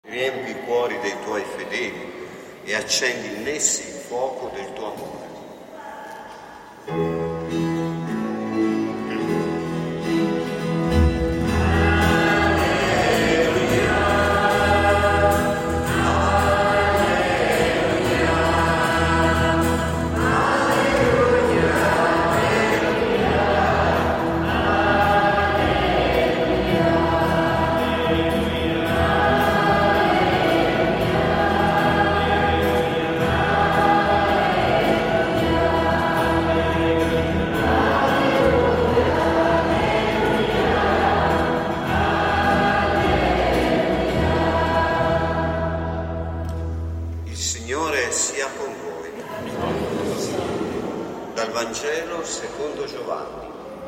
Riempi i cuori dei tuoi fedeli e accendi in essi il fuoco del tuo amore. Dal Vangelo secondo Giovanni.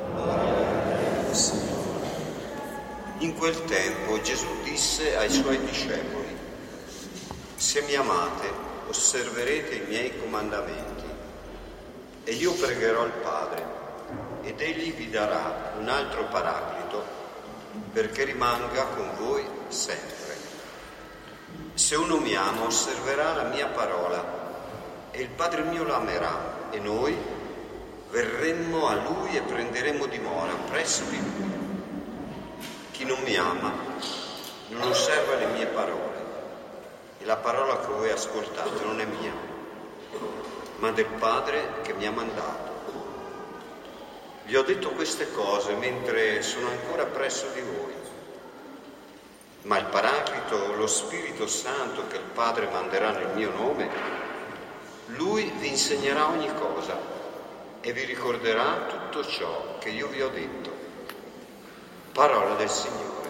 In quel tempo Gesù disse ai suoi discepoli: se mi amate, osserverete i miei comandamenti, e io pregherò il Padre, ed egli vi darà un altro Paraclito, perché rimanga con voi sempre. Se uno mi ama, osserverà la mia parola, e il Padre mio lo amerà, e noi verremmo a Lui e prenderemo dimora presso di Lui. Chi non mi ama non osserva le mie parole, e la parola che voi ascoltate non è mia, ma del Padre che mi ha mandato. Vi ho detto queste cose mentre sono ancora presso di voi, ma il Paraclito, lo Spirito Santo che il Padre manderà nel mio nome, Lui vi insegnerà ogni cosa e vi ricorderà tutto ciò che io vi ho detto. Parola del Signore.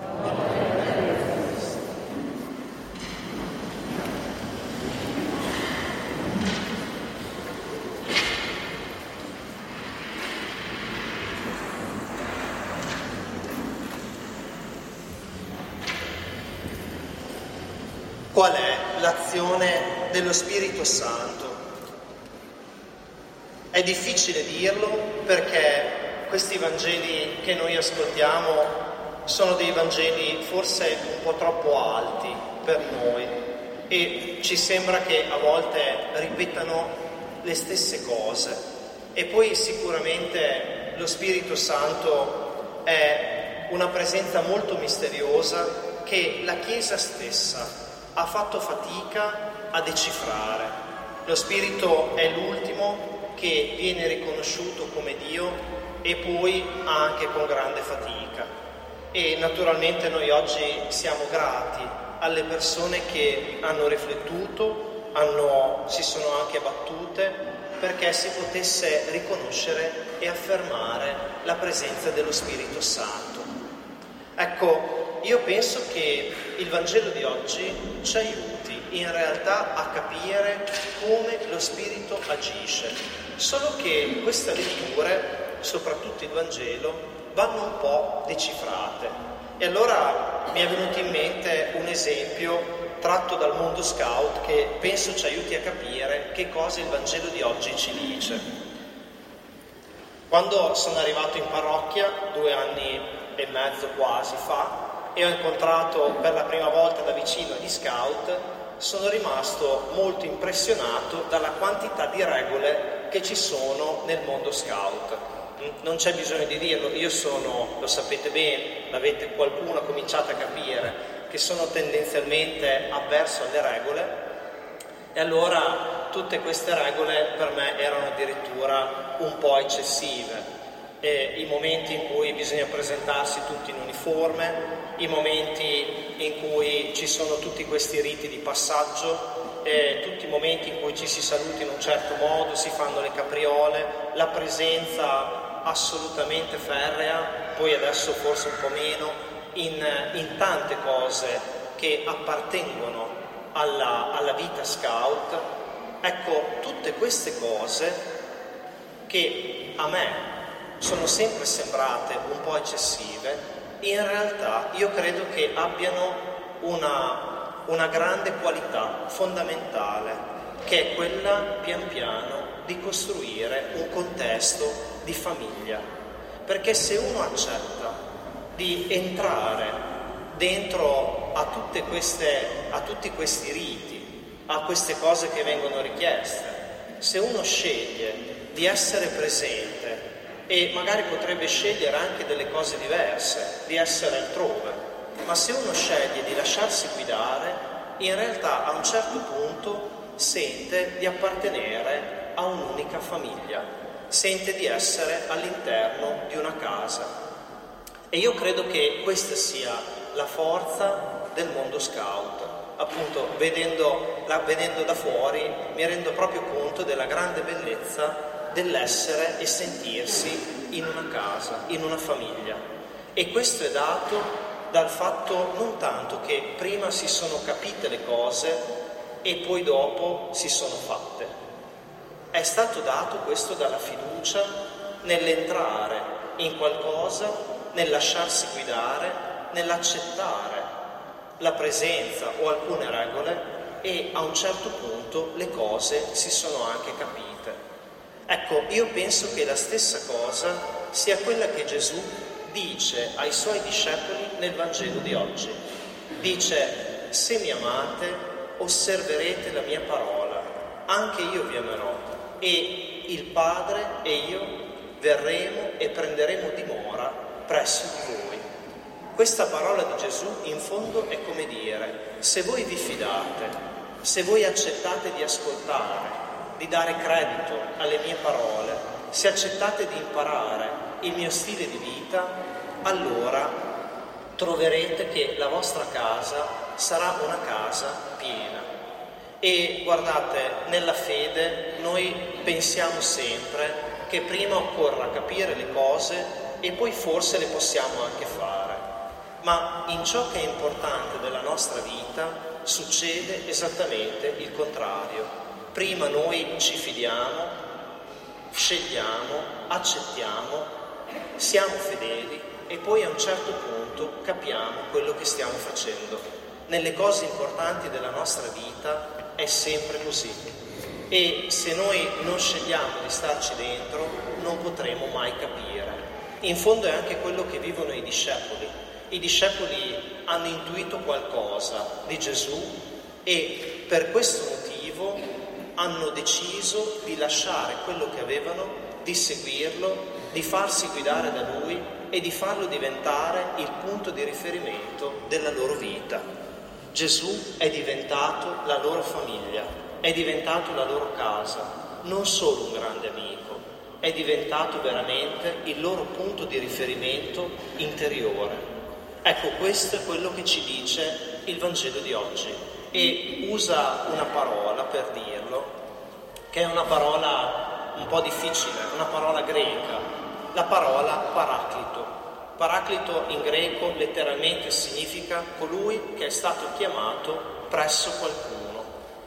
Qual è l'azione dello Spirito Santo? È difficile dirlo perché questi Vangeli che noi ascoltiamo sono dei Vangeli forse un po' troppo alti per noi e ci sembra che a volte ripetano le stesse cose. E poi sicuramente lo Spirito Santo è una presenza molto misteriosa che la Chiesa stessa ha fatto fatica a decifrare. Lo Spirito è l'ultimo che viene riconosciuto come Dio e poi anche con grande fatica. E naturalmente noi oggi siamo grati alle persone che hanno riflettuto, si sono anche battute perché si potesse riconoscere e affermare la presenza dello Spirito Santo. Ecco, io penso che il Vangelo di oggi ci aiuti in realtà a capire come lo Spirito agisce, solo che queste letture, soprattutto il Vangelo, vanno un po' decifrate. E allora mi è venuto in mente un esempio tratto dal mondo scout che penso ci aiuti a capire che cosa il Vangelo di oggi ci dice. Quando sono arrivato in parrocchia, 2 anni e mezzo quasi fa, e ho incontrato per la prima volta da vicino gli scout, sono rimasto molto impressionato dalla quantità di regole che ci sono nel mondo scout. Non c'è bisogno di dirlo, io sono, lo sapete bene, qualcuno ha cominciato a capire, che sono tendenzialmente avverso alle regole, e allora tutte queste regole per me erano addirittura un po' eccessive. I momenti in cui bisogna presentarsi tutti in uniforme, i momenti in cui ci sono tutti questi riti di passaggio, tutti i momenti in cui ci si saluta in un certo modo, si fanno le capriole, la presenza assolutamente ferrea, poi adesso forse un po' meno, in tante cose che appartengono alla vita scout. Ecco, tutte queste cose che a me sono sempre sembrate un po' eccessive, in realtà io credo che abbiano una grande qualità fondamentale, che è quella pian piano di costruire un contesto di famiglia. Perché se uno accetta di entrare dentro a tutti questi riti, a queste cose che vengono richieste. Se uno sceglie di essere presente, e magari potrebbe scegliere anche delle cose diverse, di essere altrove, ma se uno sceglie di lasciarsi guidare, in realtà a un certo punto sente di appartenere a un'unica famiglia, sente di essere all'interno di una casa. E io credo che questa sia la forza del mondo scout. Appunto, vedendo da fuori, mi rendo proprio conto della grande bellezza dell'essere e sentirsi in una casa, in una famiglia. E questo è dato dal fatto non tanto che prima si sono capite le cose e poi dopo si sono fatte. È stato dato questo dalla fiducia nell'entrare in qualcosa, nel lasciarsi guidare, nell'accettare la presenza o alcune regole, e a un certo punto le cose si sono anche capite. Ecco, io penso che la stessa cosa sia quella che Gesù dice ai suoi discepoli nel Vangelo di oggi. Dice: se mi amate, osserverete la mia parola, anche io vi amerò, e il Padre e io verremo e prenderemo dimora presso di voi. Questa parola di Gesù in fondo è come dire: se voi vi fidate, se voi accettate di ascoltare, di dare credito alle mie parole, se accettate di imparare il mio stile di vita, allora troverete che la vostra casa sarà una casa piena. E guardate, nella fede noi pensiamo sempre che prima occorra capire le cose e poi forse le possiamo anche fare. Ma in ciò che è importante della nostra vita succede esattamente il contrario. Prima noi ci fidiamo, scegliamo, accettiamo, siamo fedeli e poi a un certo punto capiamo quello che stiamo facendo. Nelle cose importanti della nostra vita è sempre così. E se noi non scegliamo di starci dentro, non potremo mai capire. In fondo è anche quello che vivono i discepoli. I discepoli hanno intuito qualcosa di Gesù e per questo motivo hanno deciso di lasciare quello che avevano, di seguirlo, di farsi guidare da Lui e di farlo diventare il punto di riferimento della loro vita. Gesù è diventato la loro famiglia, è diventato la loro casa, non solo un grande amico, è diventato veramente il loro punto di riferimento interiore. Ecco, questo è quello che ci dice il Vangelo di oggi, e usa una parola per dirlo, che è una parola un po' difficile, una parola greca, la parola paraclito. Paraclito in greco letteralmente significa colui che è stato chiamato presso qualcuno,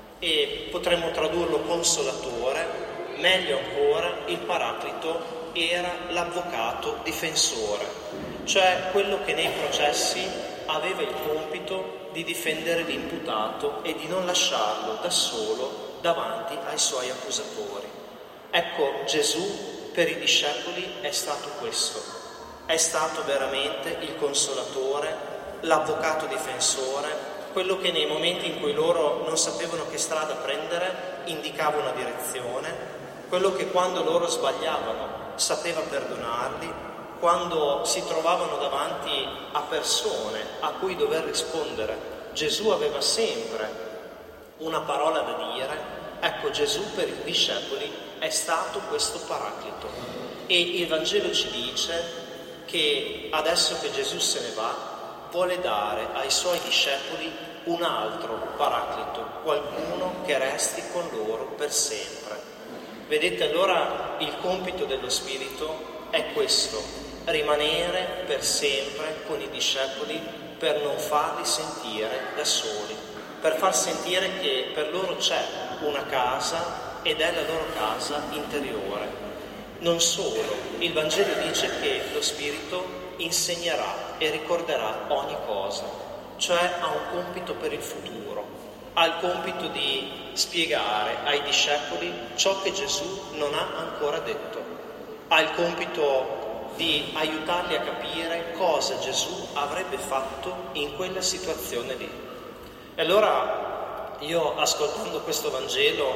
e potremmo tradurlo consolatore. Meglio ancora, il paraclito era l'avvocato difensore, cioè quello che nei processi aveva il compito di difendere l'imputato e di non lasciarlo da solo davanti ai suoi accusatori. Ecco, Gesù per i discepoli è stato questo, è stato veramente il consolatore, l'avvocato difensore, quello che nei momenti in cui loro non sapevano che strada prendere indicava una direzione, quello che quando loro sbagliavano sapeva perdonarli, quando si trovavano davanti a persone a cui dover rispondere, Gesù aveva sempre una parola da dire. Ecco, Gesù per i discepoli è stato questo paraclito. E il Vangelo ci dice che adesso che Gesù se ne va, vuole dare ai suoi discepoli un altro paraclito, qualcuno che resti con loro per sempre. Vedete, allora il compito dello Spirito è questo: rimanere per sempre con i discepoli per non farli sentire da soli, per far sentire che per loro c'è una casa ed è la loro casa interiore. Non solo, il Vangelo dice che lo Spirito insegnerà e ricorderà ogni cosa, cioè ha un compito per il futuro, ha il compito di spiegare ai discepoli ciò che Gesù non ha ancora detto, ha il compito di aiutarli a capire cosa Gesù avrebbe fatto in quella situazione lì. E allora io, ascoltando questo Vangelo,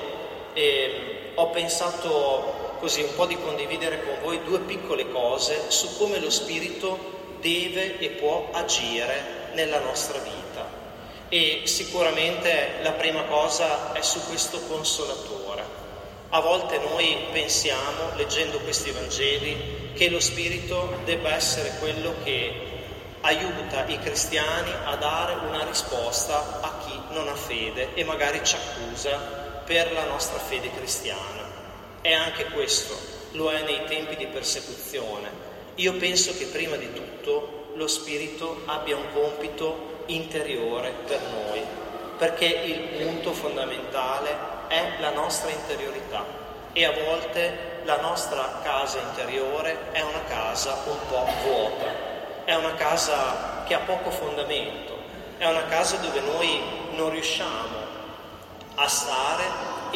ho pensato così un po' di condividere con voi due piccole cose su come lo Spirito deve e può agire nella nostra vita. E sicuramente la prima cosa è su questo Consolatore. A volte noi pensiamo, leggendo questi Vangeli, che lo Spirito debba essere quello che aiuta i cristiani a dare una risposta a chi non ha fede e magari ci accusa per la nostra fede cristiana. E anche questo lo è nei tempi di persecuzione. Io penso che prima di tutto lo Spirito abbia un compito interiore per noi, perché il punto fondamentale è la nostra interiorità e a volte la nostra casa interiore è una casa un po' vuota, è una casa che ha poco fondamento, è una casa dove noi non riusciamo a stare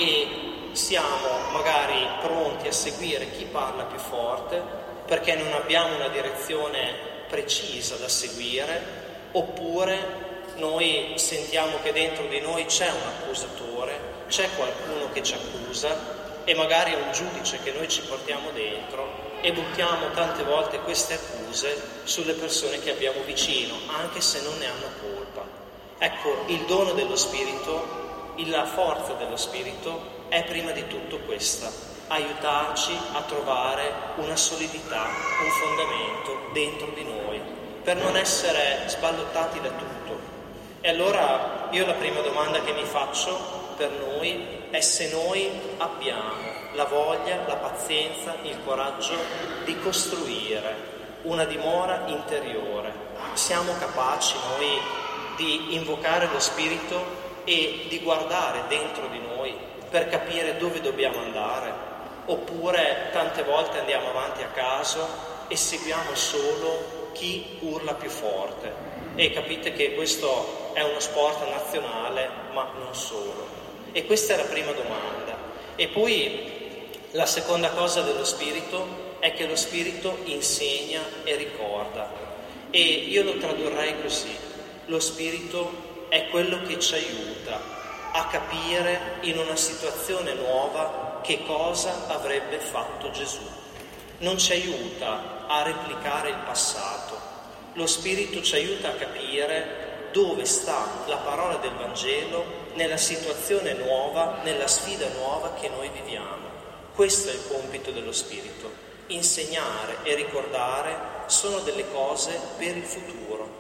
e siamo magari pronti a seguire chi parla più forte perché non abbiamo una direzione precisa da seguire, oppure noi sentiamo che dentro di noi c'è un accusatore, c'è qualcuno che ci accusa e magari è un giudice che noi ci portiamo dentro e buttiamo tante volte queste accuse sulle persone che abbiamo vicino, anche se non ne hanno colpa. Ecco, il dono dello Spirito, la forza dello Spirito è prima di tutto questa: aiutarci a trovare una solidità, un fondamento dentro di noi, per non essere sballottati da tutto. E allora io la prima domanda che mi faccio per noi è se noi abbiamo la voglia, la pazienza, il coraggio di costruire una dimora interiore. Siamo capaci noi di invocare lo Spirito e di guardare dentro di noi per capire dove dobbiamo andare? Oppure tante volte andiamo avanti a caso e seguiamo solo chi urla più forte? E capite che questo è uno sport nazionale, ma non solo. E questa è la prima domanda. E poi la seconda cosa dello Spirito è che lo Spirito insegna e ricorda. E io lo tradurrei così: lo Spirito è quello che ci aiuta a capire in una situazione nuova che cosa avrebbe fatto Gesù. Non ci aiuta a replicare il passato. Lo Spirito ci aiuta a capire dove sta la parola del Vangelo nella situazione nuova, nella sfida nuova che noi viviamo. Questo è il compito dello Spirito. Insegnare e ricordare sono delle cose per il futuro.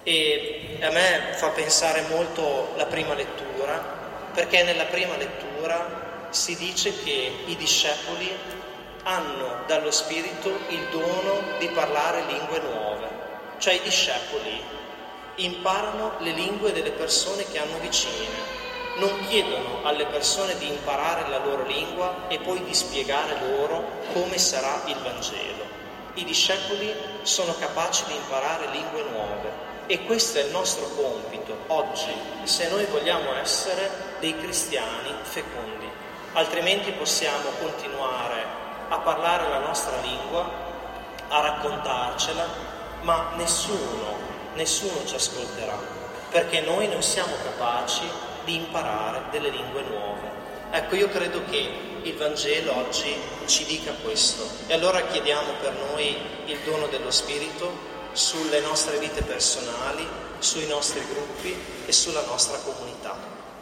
E a me fa pensare molto la prima lettura, perché nella prima lettura si dice che i discepoli hanno dallo Spirito il dono di parlare lingue nuove. Cioè i discepoli imparano le lingue delle persone che hanno vicine, non chiedono alle persone di imparare la loro lingua e poi di spiegare loro come sarà il Vangelo. I discepoli sono capaci di imparare lingue nuove e questo è il nostro compito oggi, se noi vogliamo essere dei cristiani fecondi. Altrimenti possiamo continuare a parlare la nostra lingua, a raccontarcela, ma nessuno ci ascolterà, perché noi non siamo capaci di imparare delle lingue nuove. Ecco, io credo che il Vangelo oggi ci dica questo. E allora chiediamo per noi il dono dello Spirito sulle nostre vite personali, sui nostri gruppi e sulla nostra comunità.